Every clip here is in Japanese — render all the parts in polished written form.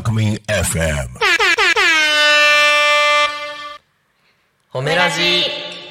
タコミン FM 褒めラジ。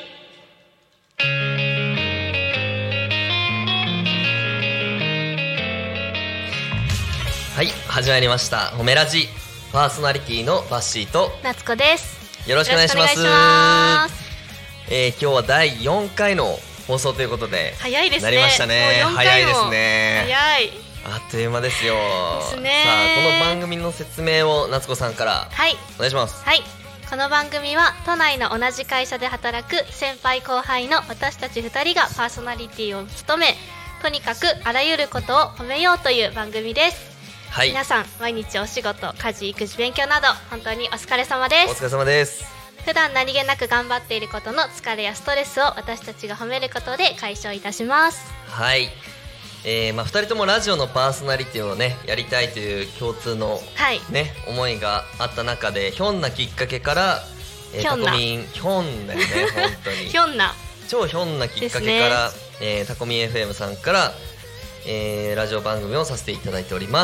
はい、始まりました褒めラジ。パーソナリティのバッシーと夏子です。 よろしくお願いします。 よろしくお願いします。 今日は第4回の放送ということで早いですね。 なりましたね。 もう4回も早いですね。 早いあっという間ですよ。 ですね。 さあ、この番組の説明を夏子さんからお願いします。 はい、この番組は都内の同じ会社で働く先輩後輩の私たち2人がパーソナリティを務め、とにかくあらゆることを褒めようという番組です。 はい、 皆さん毎日お仕事、家事、育児、勉強など本当にお疲れ様です。 お疲れ様です。 普段何気なく頑張っていることの疲れやストレスを私たちが褒めることで解消いたします。 はい、2人ともラジオのパーソナリティをねやりたいという共通の、ね、思いがあった中で、ひょんなきっかけから、タコミンひょんだよね本当にひょんな超ひょんなきっかけから、タコミン FM さんから、ラジオ番組をさせていただいております。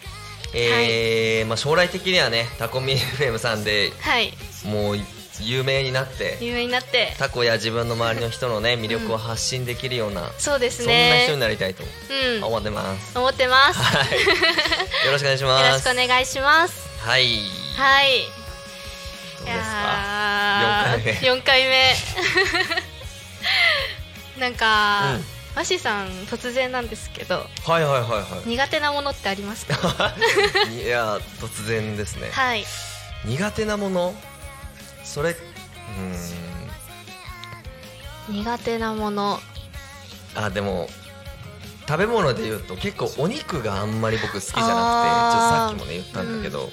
将来的にはねタコミン FM さんで、もう有名になってタコや自分の周りの人のね魅力を発信できるような、 そうですね、 そんな人になりたいと思ってます。 思ってます。 はい、よろしくお願いします。 よろしくお願いします。 はいはい。 どうですか 4回目なんか、バシさん突然なんですけど、苦手なものってありますか？ いや突然ですね。 はい。 苦手なもの、それ苦手なもの、 でも食べ物で言うと結構お肉があんまり僕好きじゃなくて、ちょっとさっきもね言ったんだけど、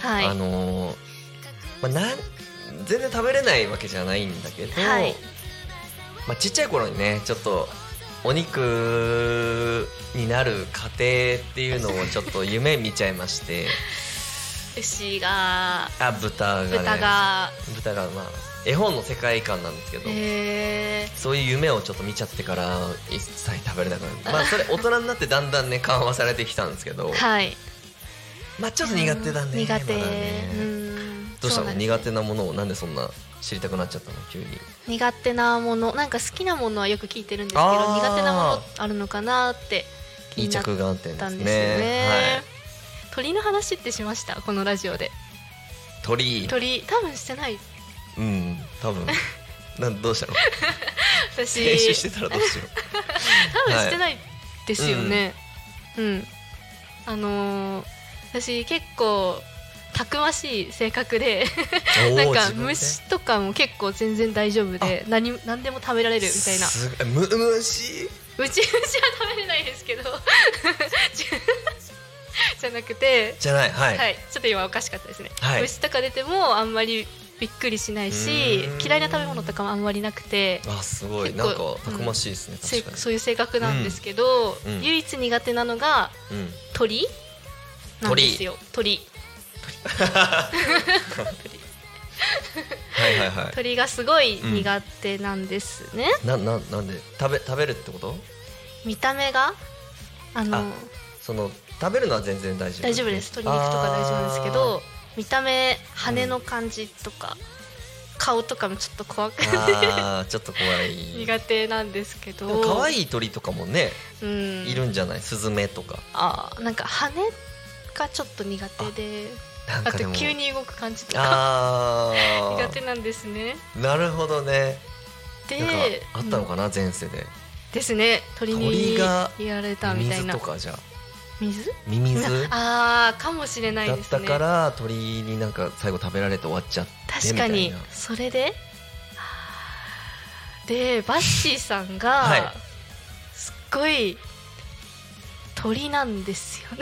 全然食べれないわけじゃないんだけど、ちっちゃい頃にねちょっとお肉になる過程っていうのをちょっと夢見ちゃいまして牛が豚が絵本の世界観なんですけど、そういう夢をちょっと見ちゃってから一切食べれなくなる。それ大人になってだんだんね緩和されてきたんですけど、ちょっと苦手だね。 苦手、 どうしたの？苦手なものをなんでそんな知りたくなっちゃったの急に。 苦手なもの、なんか好きなものはよく聞いてるんですけど、苦手なものあるのかなって気になったんですよね。鳥の話ってしました？このラジオで。鳥多分してない。 多分どうしたの？ 私編集してたらどうしよう多分してないですよね。私結構たくましい性格でなんか虫とかも結構全然大丈夫で、何でも食べられるみたいな。 虫は食べれないですけどじゃなくてじゃない、 ちょっと今おかしかったですね。虫とか出てもあんまりびっくりしないし、嫌いな食べ物とかもあんまりなくて、 すごいなんかたくましいですね。確かにそういう性格なんですけど、唯一苦手なのが鳥なんですよ。鳥鳥がすごい苦手なんですね。 なんで食べるってこと？ 見た目がその食べるのは全然大丈夫です。鶏肉とか大丈夫なんですけど、見た目、羽の感じとか、顔とかもちょっと怖くてちょっと怖い苦手なんですけど。 可愛い鳥とかもねいるんじゃない？スズメとか。 なんか羽がちょっと苦手で、あと急に動く感じとか苦手なんですね。 なるほどね。 でなんかあったのかな、前世でですね。鳥に言われたみたいな。 水とかじゃミミズかもしれないですね。 だったから鳥になんか最後食べられて終わっちゃってみたいな。 確かにそれでバッシーさんがすっごい鳥なんですよね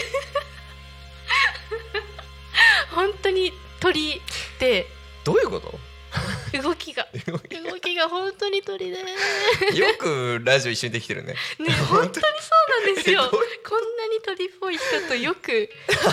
本当に鳥ってどういうこと？ 動きが本当に鳥でよくラジオ一緒にできてるね。 本当にそうなんですよ。こんなに鳥っぽい人とよく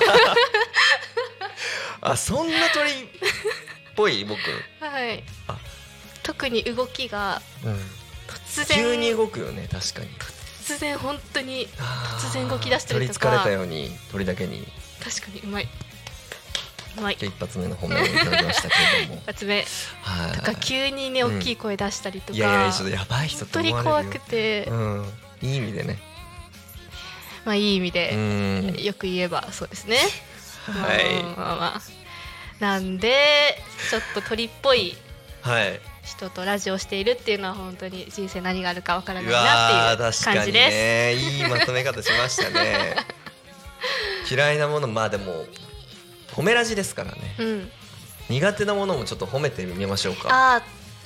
そんな鳥っぽい僕。 特に動きが突然急に動くよね。確かに突然本当に突然動き出したりとか、 取りつかれたように鳥だけに確かにうまい。 一発目の褒めをいただきましたけれども一発目とか急にね大きい声出したりとか、 いやいやちょっとやばい人と思われるよ。 本当に怖くて、 いい意味でね、 まあいい意味でよく言えばそうですね。 はい、 なんでちょっと鳥っぽい人とラジオしているっていうのは本当に人生何があるかわからないなっていう感じです。 ね、いいまとめ方しましたね嫌いなもの、まあでも褒めラジですからね、苦手なものもちょっと褒めてみましょうか。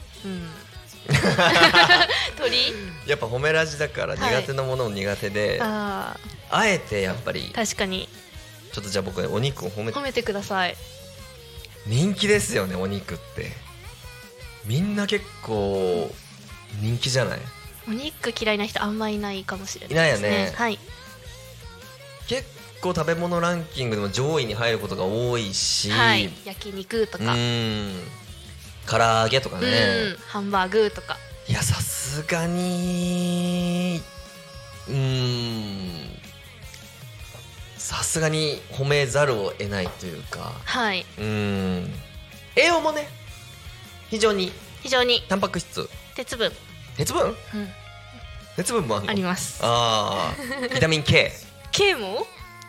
鳥やっぱ褒めラジだから苦手なものも苦手で、あえてやっぱり確かにちょっとじゃあ僕ねお肉を褒めてください。 人気ですよね、お肉ってみんな結構人気じゃない？ お肉嫌いな人あんまいないかもしれないですね。 いないよね。 はい、 結構食べ物ランキングでも上位に入ることが多いし、 はい、焼肉とか唐揚げとかね、 ハンバーグとか。 いやさすがにさすがに褒めざるを得ないというか、 はい、 栄養もね非常にタンパク質、 鉄分、 鉄分もあるの？ あります。 ビタミン K も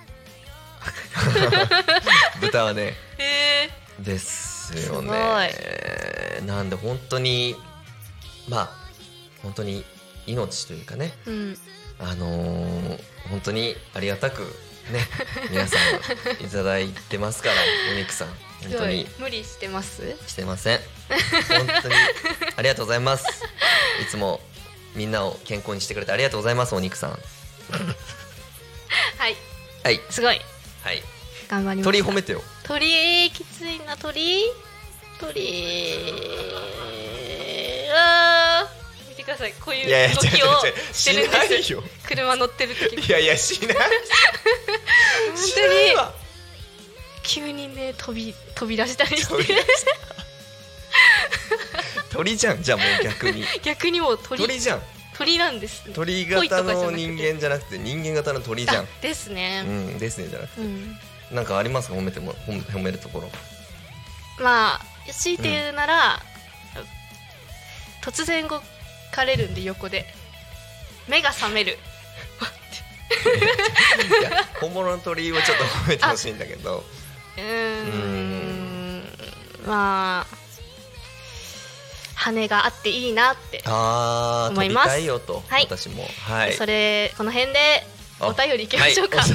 豚はね、ですよね。なんで本当に本当に命というかね、本当にありがたくね皆さんいただいてますからお肉さん本当に無理してます？ してません。本当にありがとうございます。いつもみんなを健康にしてくれてありがとうございます、お肉さん。はいすごい、 はい、 頑張りました。 鳥褒めてよ。 鳥きついな。鳥見てください、こういう動きをしてるんですよ。車乗ってる時。 いやしない本当に急にね飛び出したりして鳥じゃん。じゃあもう逆にもう鳥じゃん。 鳥なんです。 鳥型の人間じゃなくて人間型の鳥じゃん。 ですね。 ですねじゃなくて、なんかありますか？褒めるところ。 まあ強いて言うなら、突然動かれるんで横で目が覚める。 いや本物の鳥をちょっと褒めてほしいんだけど。 まあ羽があっていいなって思います。 飛びたいよと、私も。 それこの辺でお便りいきましょうか。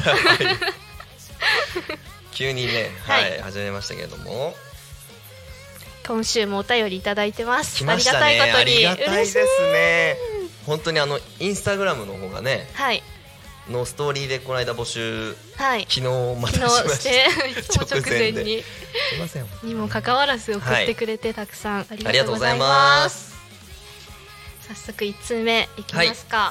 急にね、始めましたけれども、 今週もお便りいただいてます。 来ましたね。ありがたいですね。本当にインスタグラムの方がね、のストーリーでこの間募集、昨日またしまして直前にすいませんにもかかわらず送ってくれてたくさんありがとうございます。早速1通目いきますか。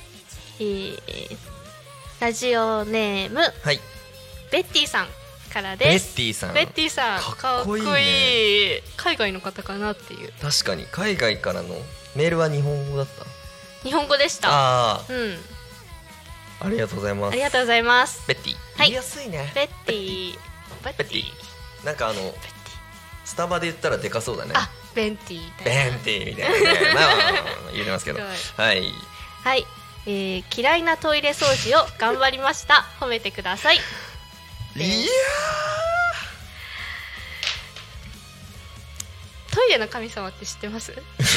ラジオネーム、ベッティさんからです。 ベッティさんかっこいい。海外の方かなっていう。 確かに海外からのメールは日本語だった？ 日本語でした。 ありがとうございます。 ありがとうございます。 ベッティ、言いやすいね。 ベッティなんかスタバで言ったらでかそうだね。 ベンティみたいなね。まあ言ってますけど。はい、 嫌いなトイレ掃除を頑張りました。褒めてください。いやトイレの神様って知ってます？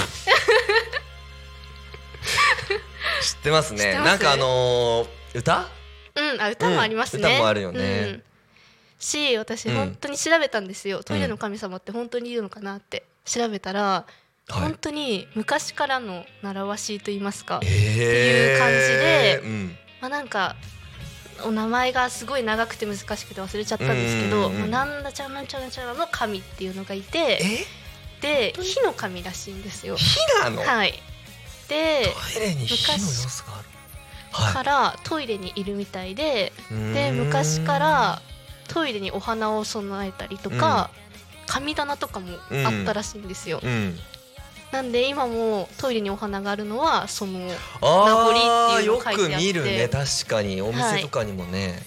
知ってますね。なんか歌？ 歌もありますね。 歌もあるよね。 私本当に調べたんですよ。トイレの神様って本当にいるのかなって調べたら、本当に昔からの習わしと言いますか、っていう感じで、なんかお名前がすごい長くて難しくて忘れちゃったんですけど、なんだちゃらなんちゃらなんちゃらの神っていうのがいて、で火の神らしいんですよ。 火なの？ でトイレに火の要素があるからトイレにいるみたいで、昔からトイレにお花を供えたりとか、神棚とかもあったらしいんですよ。なんで今もトイレにお花があるのはその名残っていうのを書いてあって、 よく見るね。確かにお店とかにもね、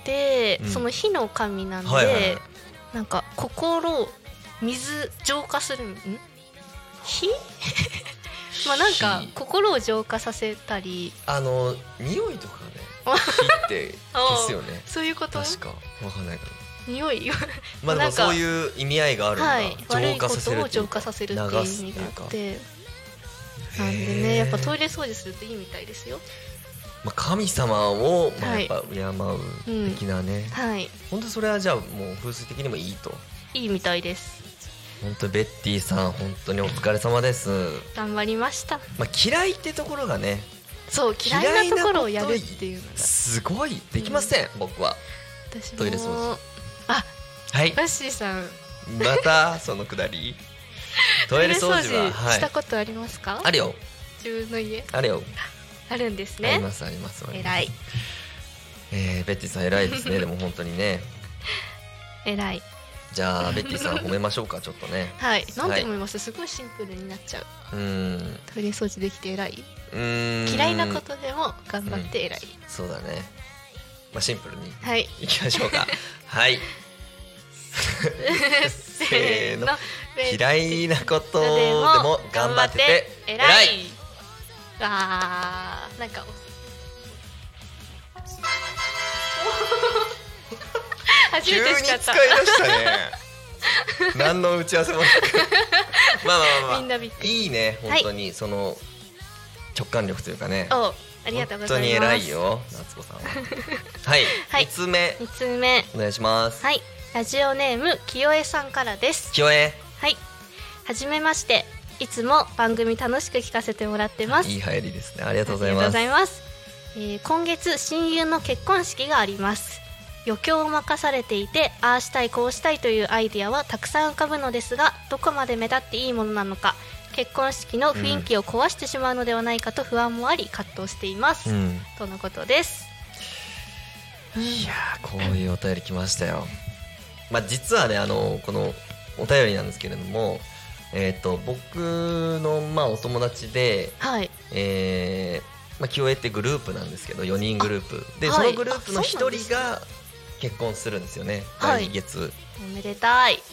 で、その火の神なんで、なんか心を浄化する火まあなんか心を浄化させたり、 匂いとかね火って消すよねそういうこと。 確かわかんないけど匂いまあでもそういう意味合いがあるんだ、 はい、悪いことを浄化させるっていう意味があって、なんでね、やっぱトイレ掃除するといいみたいですよ。 まあ、神様をまあやっぱ敬う的なね、 はい、 本当それはじゃあもう風水的にもいいと。 いいみたいです。 本当ベッティさん本当にお疲れ様です。 頑張りました。 まあ嫌いってところがね、 そう嫌いなところをやるっていうのがすごいできません、僕は。 私もトイレ掃除。 はい、バッシーさんまたそのくだりトイレ掃除はしたことありますか？ あるよ。 自分の家あるよ。 あるんですね。 ありますあります。 偉い。 ベッティさん偉いですねでも本当にね偉い。 じゃあベッティさん褒めましょうかちょっとね。 はい。なんて思います？すごいシンプルになっちゃう。トイレ掃除できて偉い。嫌いなことでも頑張って偉い。 そうだね。まあシンプルにはいいきましょうか。はいせーの。嫌いなことでも頑張ってて偉い。 あー、なんか急に使い出したね。何の打ち合わせもなくまあまあまあ、 みんなびっくり。 いいね本当に、その直感力というかね。 ありがとうございます。 本当に偉いよ夏子さんは。はい、2つ目お願いします。 はい、ラジオネーム清江さんからです。 清江。 はい、はじめまして。いつも番組楽しく聞かせてもらってます。 いい入りですね。ありがとうございます。 今月親友の結婚式があります。余興を任されていて、ああしたいこうしたいというアイディアはたくさん浮かぶのですが、どこまで目立っていいものなのか、結婚式の雰囲気を壊してしまうのではないかと不安もあり葛藤しています、とのことです。 いやー、こういうお便り来ましたよ。まあ実はね、このお便りなんですけれども、僕のまあお友達で、 はい、 まあ、清江ってグループなんですけど、4人グループで、そのグループの1人が結婚するんですよね、来月。 おめでたい。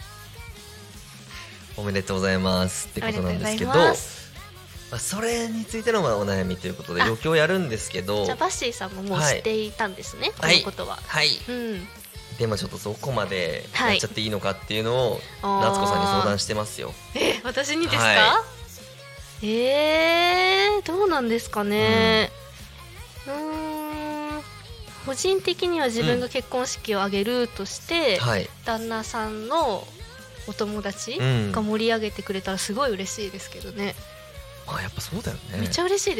おめでとうございますってことなんですけど、まあ、それについてのお悩みということで余興やるんですけど、 じゃあバッシーさんももう知っていたんですね、このことは。 はい、でもちょっとどこまでやっちゃっていいのかっていうのを夏子さんに相談してますよ。 私にですか？どうなんですかね。個人的には自分が結婚式を挙げるとして、旦那さんのお友達が盛り上げてくれたらすごい嬉しいですけどね。 まあやっぱそうだよね。 めっちゃ嬉しいです。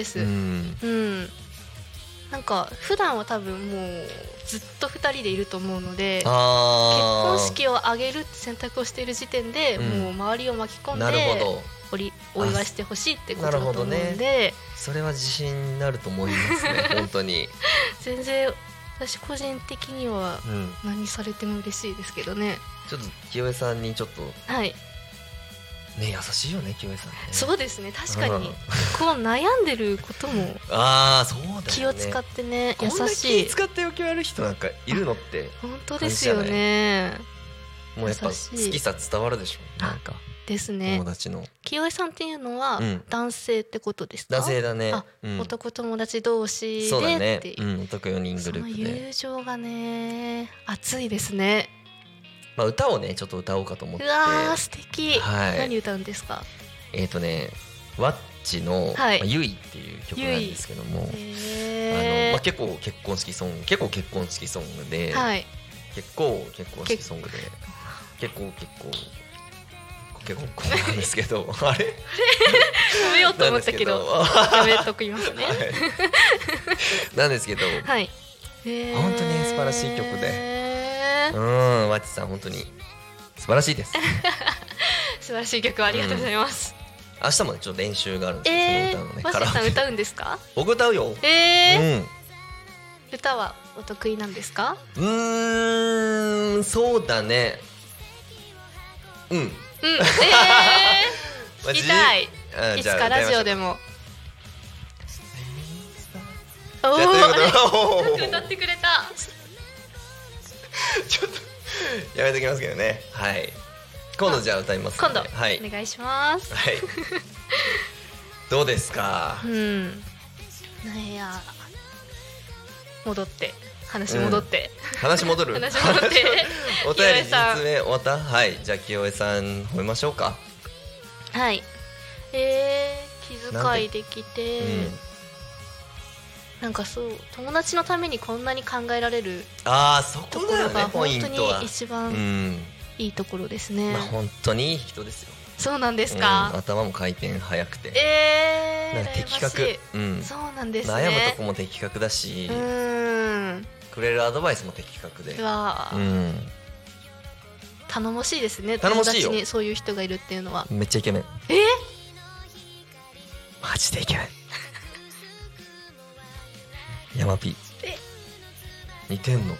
なんか普段は多分もうずっと2人でいると思うので、結婚式を挙げるって選択をしている時点で、もう周りを巻き込んでお祝いしてほしいってことだと思うんで、 それは自信になると思いますね本当に。 全然私個人的には何されても嬉しいですけどね。 ちょっと清江さんにちょっとね、 優しいよね清江さんね。 そうですね、確かにこう悩んでることも気を使ってね、優しい。こんな気使って余興やる人なんかいるのって本当ですよね。 もうやっぱ好きさ伝わるでしょ。なんかですね。 友達の清江さんっていうのは男性ってことですか？ 男性だね。 男友達同士でっていう、 男4人グループで。 その友情がね熱いですね。 まあ歌をねちょっと歌おうかと思って。 うわー素敵。何歌うんですか？ ワッチのゆいっていう曲なんですけども、まあ結構結婚式ソングで、結構結婚式ソングで結構なんですけど、あれ止めようと思ったけどやめときますね。 なんですけど、本当に素晴らしい曲で、ワッチさん本当に素晴らしいです。 素晴らしい曲ありがとうございます。 明日もねちょっと練習があるんですけど、その歌のね。 ワッチさん歌うんですか？ 僕歌うよ。 歌はお得意なんですか？ そうだね。 聞きたい。いつかラジオでも。歌ってくれた。 ちょっとやめときますけどね。はい、今度じゃあ歌いますので、 今度、 はい、 お願いします。 はいどうですか。 いや戻って話戻って、 話戻る話戻ってお便り実名終わった。はい、じゃあ清江さん褒めましょうか。 はい、気遣いできて、なんかそう友達のためにこんなに考えられるそこだよね、 本当に一番いいところですね。 まあ本当にいい人ですよ。 そうなんですか。 頭も回転早くて、なんか的確、 そうなんですね。 悩むとこも的確だし、くれるアドバイスも的確で、 頼もしいですね。 頼もしいよ。 友達にそういう人がいるっていうのは。 めっちゃイケメン。マジでイケメン。山 P 似てんの。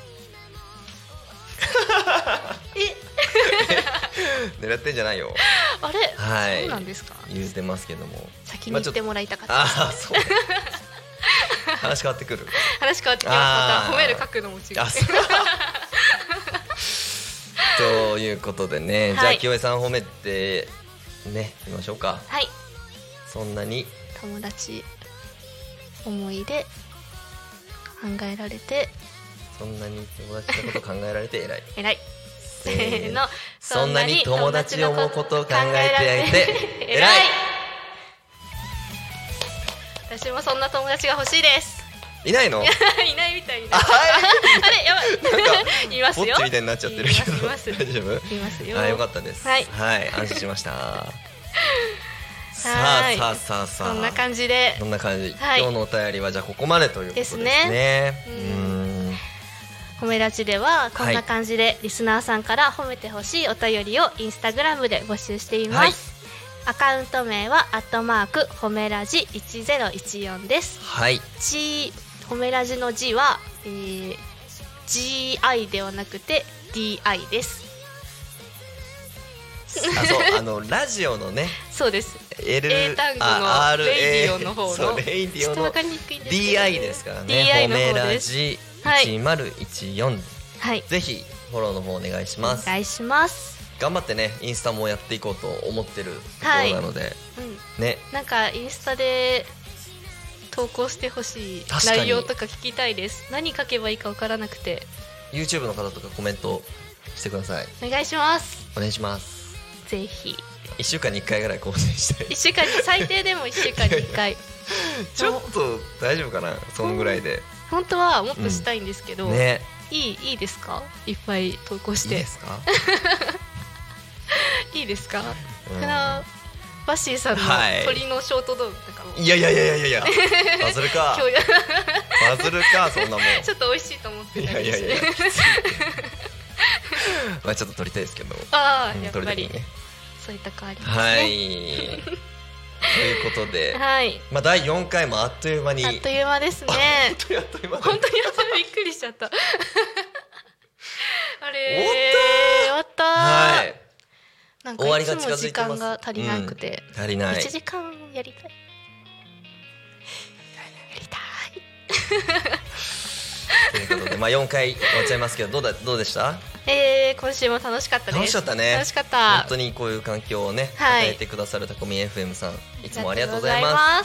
狙ってんじゃないよ。 あれ、 はい、 そうなんですか。 言うてますけども、 先に言ってもらいたかったです。 そう話変わってくる。 話変わってきます。また褒める角度も違う。 ということでね、じゃあ清江さん褒めてねみましょうか。 はい。 そんなに友達思いで考えられて、 そんなに友達のこと考えられて偉い。 偉い。せーの。 そんなに友達を思うことを考えてあげて偉い。 私もそんな友達が欲しいです。 いないの？ いないみたいです。あれやばい。いますよ。 ポッチみたいになっちゃってるけど。大丈夫？ いますよ。 よかったです。はい、安心しました。さあそんな感じで。 そんな感じ。今日のお便りはじゃあここまでということですね。 褒めラジではこんな感じでリスナーさんから褒めてほしいお便りをインスタグラムで募集しています。アカウント名は@褒めラジ1014です。 はい。 褒めラジの字は、GI ではなくて DI です。 そうラジオのね。 そうです。 英単語のレイディオの方の。 レイディオの DI ですからね。 DI の褒め方です。 ラジ1014。 はい。 ぜひフォローの方お願いします。 お願いします。 頑張ってねインスタもやっていこうと思ってるところなので、ね。 なんかインスタで投稿してほしい内容とか聞きたいです。何書けばいいか分からなくて。 YouTube の方とかコメントしてください。 お願いします。 お願いします。 ぜひ 1週間に1回ぐらい更新したい。 1週間に最低でも1週間に1回ちょっと大丈夫かな、そのぐらいで。 本当はもっとしたいんですけど、 ね、 いいですか、いっぱい投稿して。 いいですかいいですか、バッシーさんの鳥のショート動画とかも。 いやバズるかバズるか、そんなもんちょっと美味しいと思ってたりして。 まあちょっと撮りたいですけど。 やっぱりそういった変わりますね。 はい。ということで、 まあ第4回もあっという間に。 あっという間ですね。 本当にあっという間。 本当にびっくりしちゃった。あれ終わった。 はい。 なんかいつも時間が足りなくて。 足りない。 1時間やりたい。 ということで、まあ4回終わっちゃいますけど、どうでした？ 今週も楽しかったです。 楽しかったね。 楽しかった。 本当にこういう環境をね、与えてくださるタコミ FM さん、いつもありがとうございます。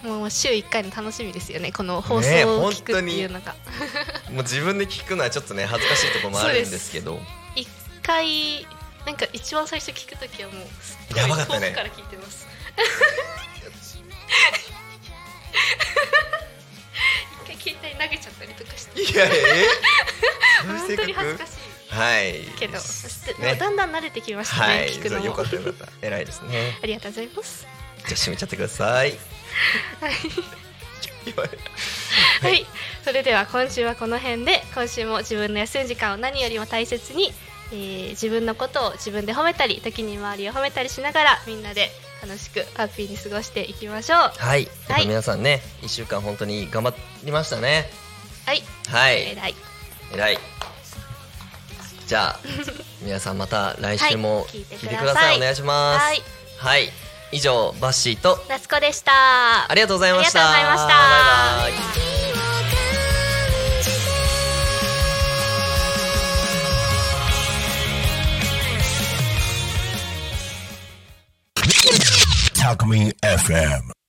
もう週1回の楽しみですよね、この放送を聞くっていうのが。 もう自分で聞くのはちょっとね恥ずかしいところもあるんですけど。 1回なんか一番最初聞くときはもうやばかったね。 遠くから聞いてます。携帯投げちゃったりとかして。本当に恥ずかしい。 はい。 けど、だんだん慣れてきましたね。聞くのも。 よかったよかった。偉いですね。 ありがとうございます。 じゃあ締めちゃってください。 はい。それでは今週はこの辺で、今週も自分の休む時間を何よりも大切に、自分のことを自分で褒めたり、時に周りを褒めたりしながら、みんなで楽しくハッピーに過ごしていきましょう。 はい。皆さんね、1週間本当に頑張りましたね。 はい。 はい。 偉い。 じゃあ皆さんまた来週も聞いてください。お願いします。はい。以上バッシーと夏子でした。 ありがとうございました。 ありがとうございました。 バイバイ。 Alchemy FM